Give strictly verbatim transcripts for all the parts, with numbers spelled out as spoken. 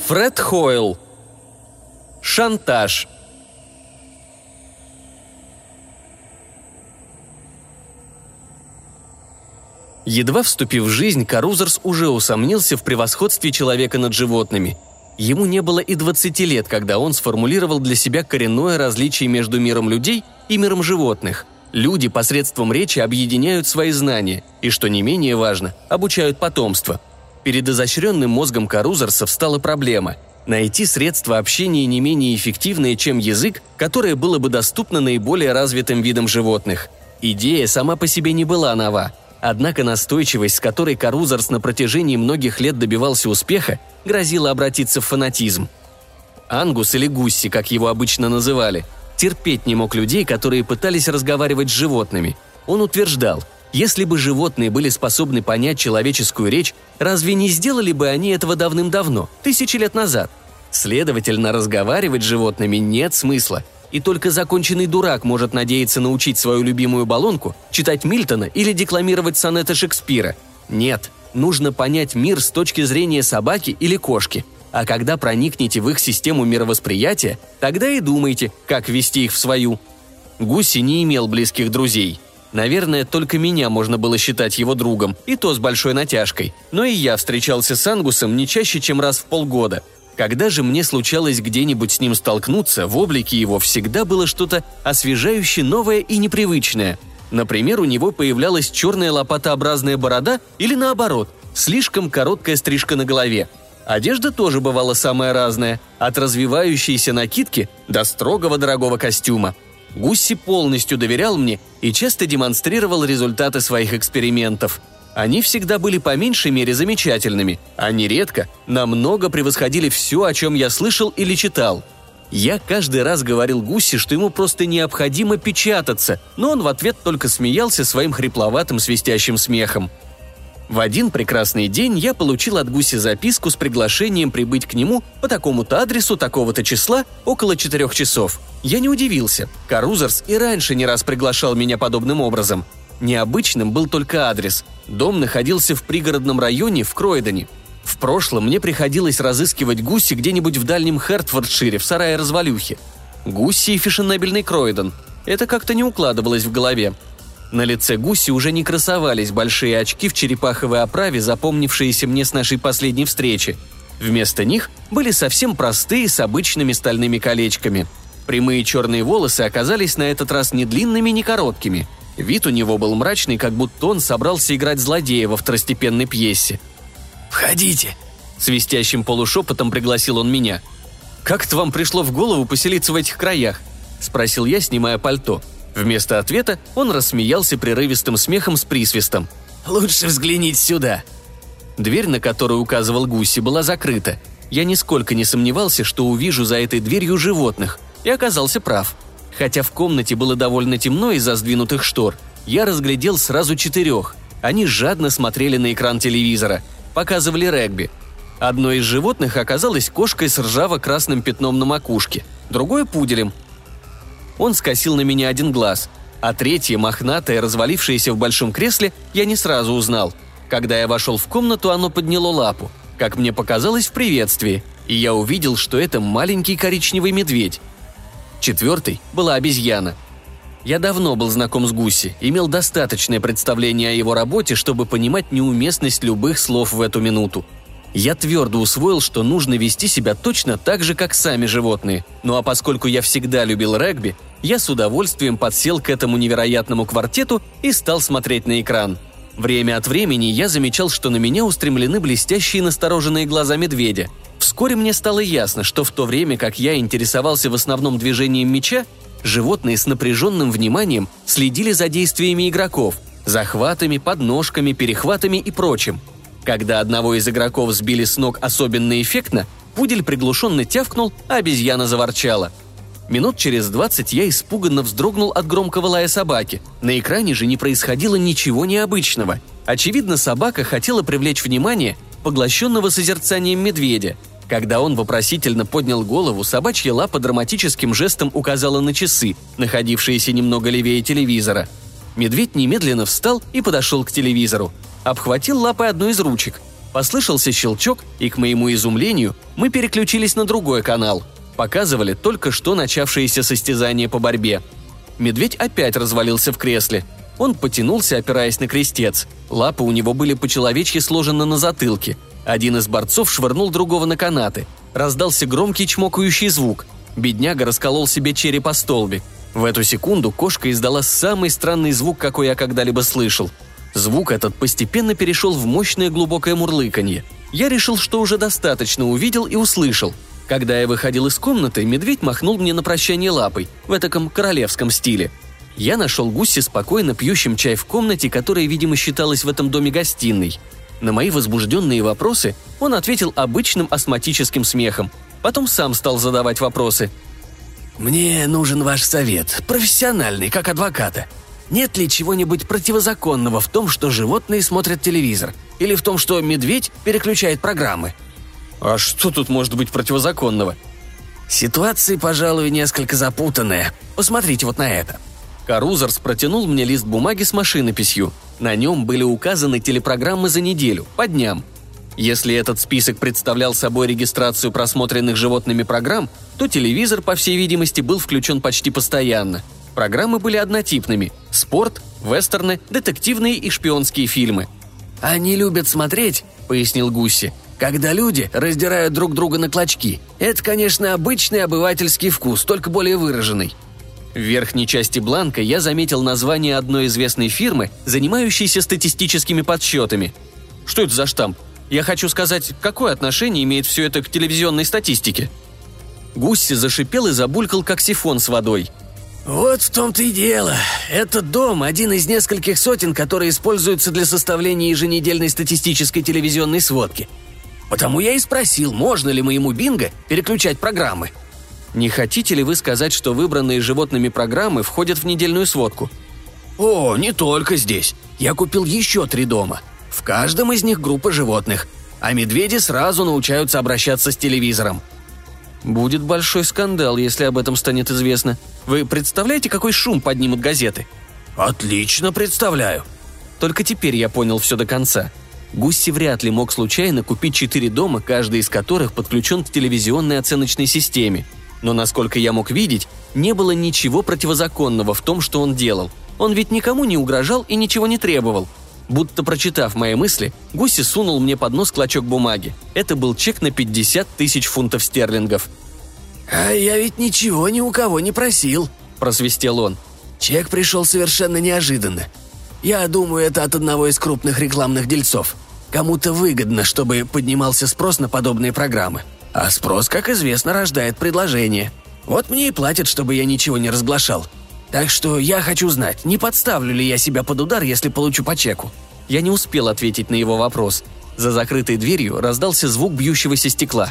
Фред Хойл. Шантаж. Едва вступив в жизнь, Карузерс уже усомнился в превосходстве человека над животными. Ему не было и двадцати лет, когда он сформулировал для себя коренное различие между миром людей и миром животных. Люди посредством речи объединяют свои знания и, что не менее важно, обучают потомство. Перед изощренным мозгом Карузерса встала проблема – найти средства общения не менее эффективные, чем язык, которое было бы доступно наиболее развитым видам животных. Идея сама по себе не была нова. Однако настойчивость, с которой Карузерс на протяжении многих лет добивался успеха, грозила обратиться в фанатизм. Ангус, или Гусси, как его обычно называли, терпеть не мог людей, которые пытались разговаривать с животными. Он утверждал, если бы животные были способны понять человеческую речь, разве не сделали бы они этого давным-давно, тысячи лет назад? Следовательно, разговаривать с животными нет смысла. И только законченный дурак может надеяться научить свою любимую баллонку читать Мильтона или декламировать сонеты Шекспира. Нет, нужно понять мир с точки зрения собаки или кошки. А когда проникнете в их систему мировосприятия, тогда и думайте, как ввести их в свою. Гусси не имел близких друзей. Наверное, только меня можно было считать его другом, и то с большой натяжкой. Но и я встречался с Ангусом не чаще, чем раз в полгода. Когда же мне случалось где-нибудь с ним столкнуться, в облике его всегда было что-то освежающе новое и непривычное. Например, у него появлялась черная лопатообразная борода или, наоборот, слишком короткая стрижка на голове. Одежда тоже бывала самая разная, от развивающейся накидки до строгого дорогого костюма. Гусси полностью доверял мне и часто демонстрировал результаты своих экспериментов. Они всегда были по меньшей мере замечательными, а нередко намного превосходили все, о чем я слышал или читал. Я каждый раз говорил Гусси, что ему просто необходимо печататься, но он в ответ только смеялся своим хрипловатым свистящим смехом. В один прекрасный день я получил от Гусси записку с приглашением прибыть к нему по такому-то адресу такого-то числа около четырех часов. Я не удивился. Карузерс и раньше не раз приглашал меня подобным образом. Необычным был только адрес. Дом находился в пригородном районе в Кройдоне. В прошлом мне приходилось разыскивать Гусси где-нибудь в дальнем Хертфордшире, в сарае-развалюхе. Гусси и фешенебельный Кройдон. Это как-то не укладывалось в голове. На лице Гусси уже не красовались большие очки в черепаховой оправе, запомнившиеся мне с нашей последней встречи. Вместо них были совсем простые, с обычными стальными колечками. Прямые черные волосы оказались на этот раз не длинными, не короткими. Вид у него был мрачный, как будто он собрался играть злодея во второстепенной пьесе. «Входите!» – свистящим полушепотом пригласил он меня. «Как-то вам пришло в голову поселиться в этих краях?» – спросил я, снимая пальто. Вместо ответа он рассмеялся прерывистым смехом с присвистом. «Лучше взгляните сюда!» Дверь, на которую указывал Гусси, была закрыта. Я нисколько не сомневался, что увижу за этой дверью животных, и оказался прав. Хотя в комнате было довольно темно из-за сдвинутых штор, я разглядел сразу четырех. Они жадно смотрели на экран телевизора. Показывали регби. Одно из животных оказалось кошкой с ржаво-красным пятном на макушке, другое – пуделем. Он скосил на меня один глаз, а третье, мохнатое, развалившееся в большом кресле, я не сразу узнал. Когда я вошел в комнату, оно подняло лапу, как мне показалось, в приветствии, и я увидел, что это маленький коричневый медведь. Четвертой была обезьяна. Я давно был знаком с Гусси, имел достаточное представление о его работе, чтобы понимать неуместность любых слов в эту минуту. Я твердо усвоил, что нужно вести себя точно так же, как сами животные. Ну а поскольку я всегда любил регби, я с удовольствием подсел к этому невероятному квартету и стал смотреть на экран. Время от времени я замечал, что на меня устремлены блестящие настороженные глаза медведя. Вскоре мне стало ясно, что в то время, как я интересовался в основном движением мяча, животные с напряженным вниманием следили за действиями игроков, захватами, подножками, перехватами и прочим. Когда одного из игроков сбили с ног особенно эффектно, пудель приглушенно тявкнул, а обезьяна заворчала. Минут через двадцать я испуганно вздрогнул от громкого лая собаки. На экране же не происходило ничего необычного. Очевидно, собака хотела привлечь внимание поглощенного созерцанием медведя. Когда он вопросительно поднял голову, собачья лапа драматическим жестом указала на часы, находившиеся немного левее телевизора. Медведь немедленно встал и подошел к телевизору. Обхватил лапой одну из ручек. Послышался щелчок, и, к моему изумлению, мы переключились на другой канал. Показывали только что начавшееся состязание по борьбе. Медведь опять развалился в кресле. Он потянулся, опираясь на крестец. Лапы у него были по-человечьи сложены на затылке. Один из борцов швырнул другого на канаты. Раздался громкий чмокающий звук. Бедняга расколол себе череп о столбик. В эту секунду кошка издала самый странный звук, какой я когда-либо слышал. Звук этот постепенно перешел в мощное глубокое мурлыканье. Я решил, что уже достаточно увидел и услышал. Когда я выходил из комнаты, медведь махнул мне на прощание лапой, в этаком королевском стиле. Я нашел Гусси спокойно пьющим чай в комнате, которая, видимо, считалась в этом доме гостиной. На мои возбужденные вопросы он ответил обычным астматическим смехом. Потом сам стал задавать вопросы. «Мне нужен ваш совет, профессиональный, как адвоката. Нет ли чего-нибудь противозаконного в том, что животные смотрят телевизор? Или в том, что медведь переключает программы?» «А что тут может быть противозаконного?» «Ситуация, пожалуй, несколько запутанная. Посмотрите вот на это». Карузерс протянул мне лист бумаги с машинописью. На нем были указаны телепрограммы за неделю, по дням. Если этот список представлял собой регистрацию просмотренных животными программ, то телевизор, по всей видимости, был включен почти постоянно. Программы были однотипными – спорт, вестерны, детективные и шпионские фильмы. «Они любят смотреть», – пояснил Гусси, – «когда люди раздирают друг друга на клочки. Это, конечно, обычный обывательский вкус, только более выраженный». В верхней части бланка я заметил название одной известной фирмы, занимающейся статистическими подсчетами. Что это за штамп? Я хочу сказать, какое отношение имеет все это к телевизионной статистике? Гусси зашипел и забулькал, как сифон с водой. «Вот в том-то и дело. Этот дом – один из нескольких сотен, которые используются для составления еженедельной статистической телевизионной сводки. Потому я и спросил, можно ли моему бинго переключать программы». «Не хотите ли вы сказать, что выбранные животными программы входят в недельную сводку?» «О, не только здесь. Я купил еще три дома. В каждом из них группа животных, а медведи сразу научаются обращаться с телевизором». «Будет большой скандал, если об этом станет известно. Вы представляете, какой шум поднимут газеты?» «Отлично представляю». Только теперь я понял все до конца. Гусси вряд ли мог случайно купить четыре дома, каждый из которых подключен к телевизионной оценочной системе. Но, насколько я мог видеть, не было ничего противозаконного в том, что он делал. Он ведь никому не угрожал и ничего не требовал. Будто прочитав мои мысли, Гусси сунул мне под нос клочок бумаги. Это был чек на пятьдесят тысяч фунтов стерлингов. «А я ведь ничего ни у кого не просил», – просвистел он. «Чек пришел совершенно неожиданно. Я думаю, это от одного из крупных рекламных дельцов. Кому-то выгодно, чтобы поднимался спрос на подобные программы. А спрос, как известно, рождает предложение. Вот мне и платят, чтобы я ничего не разглашал. Так что я хочу знать, не подставлю ли я себя под удар, если получу по чеку». Я не успел ответить на его вопрос. За закрытой дверью раздался звук бьющегося стекла.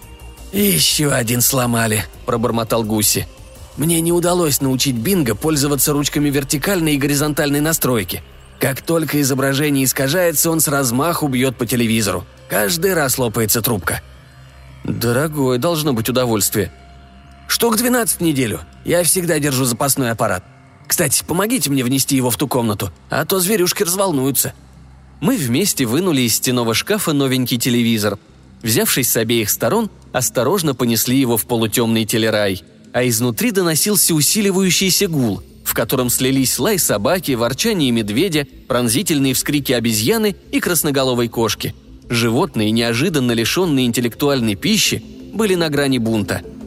«Еще один сломали», – пробормотал Гусси. «Мне не удалось научить бинго пользоваться ручками вертикальной и горизонтальной настройки. Как только изображение искажается, он с размаху бьет по телевизору. Каждый раз лопается трубка». «Дорогое должно быть удовольствие». «Штук двенадцать в неделю. Я всегда держу запасной аппарат. Кстати, помогите мне внести его в ту комнату, а то зверюшки разволнуются». Мы вместе вынули из стенного шкафа новенький телевизор. Взявшись с обеих сторон, осторожно понесли его в полутемный телерай. А изнутри доносился усиливающийся гул, в котором слились лай собаки, ворчание медведя, пронзительные вскрики обезьяны и красноголовой кошки. Животные, неожиданно лишенные интеллектуальной пищи, были на грани бунта –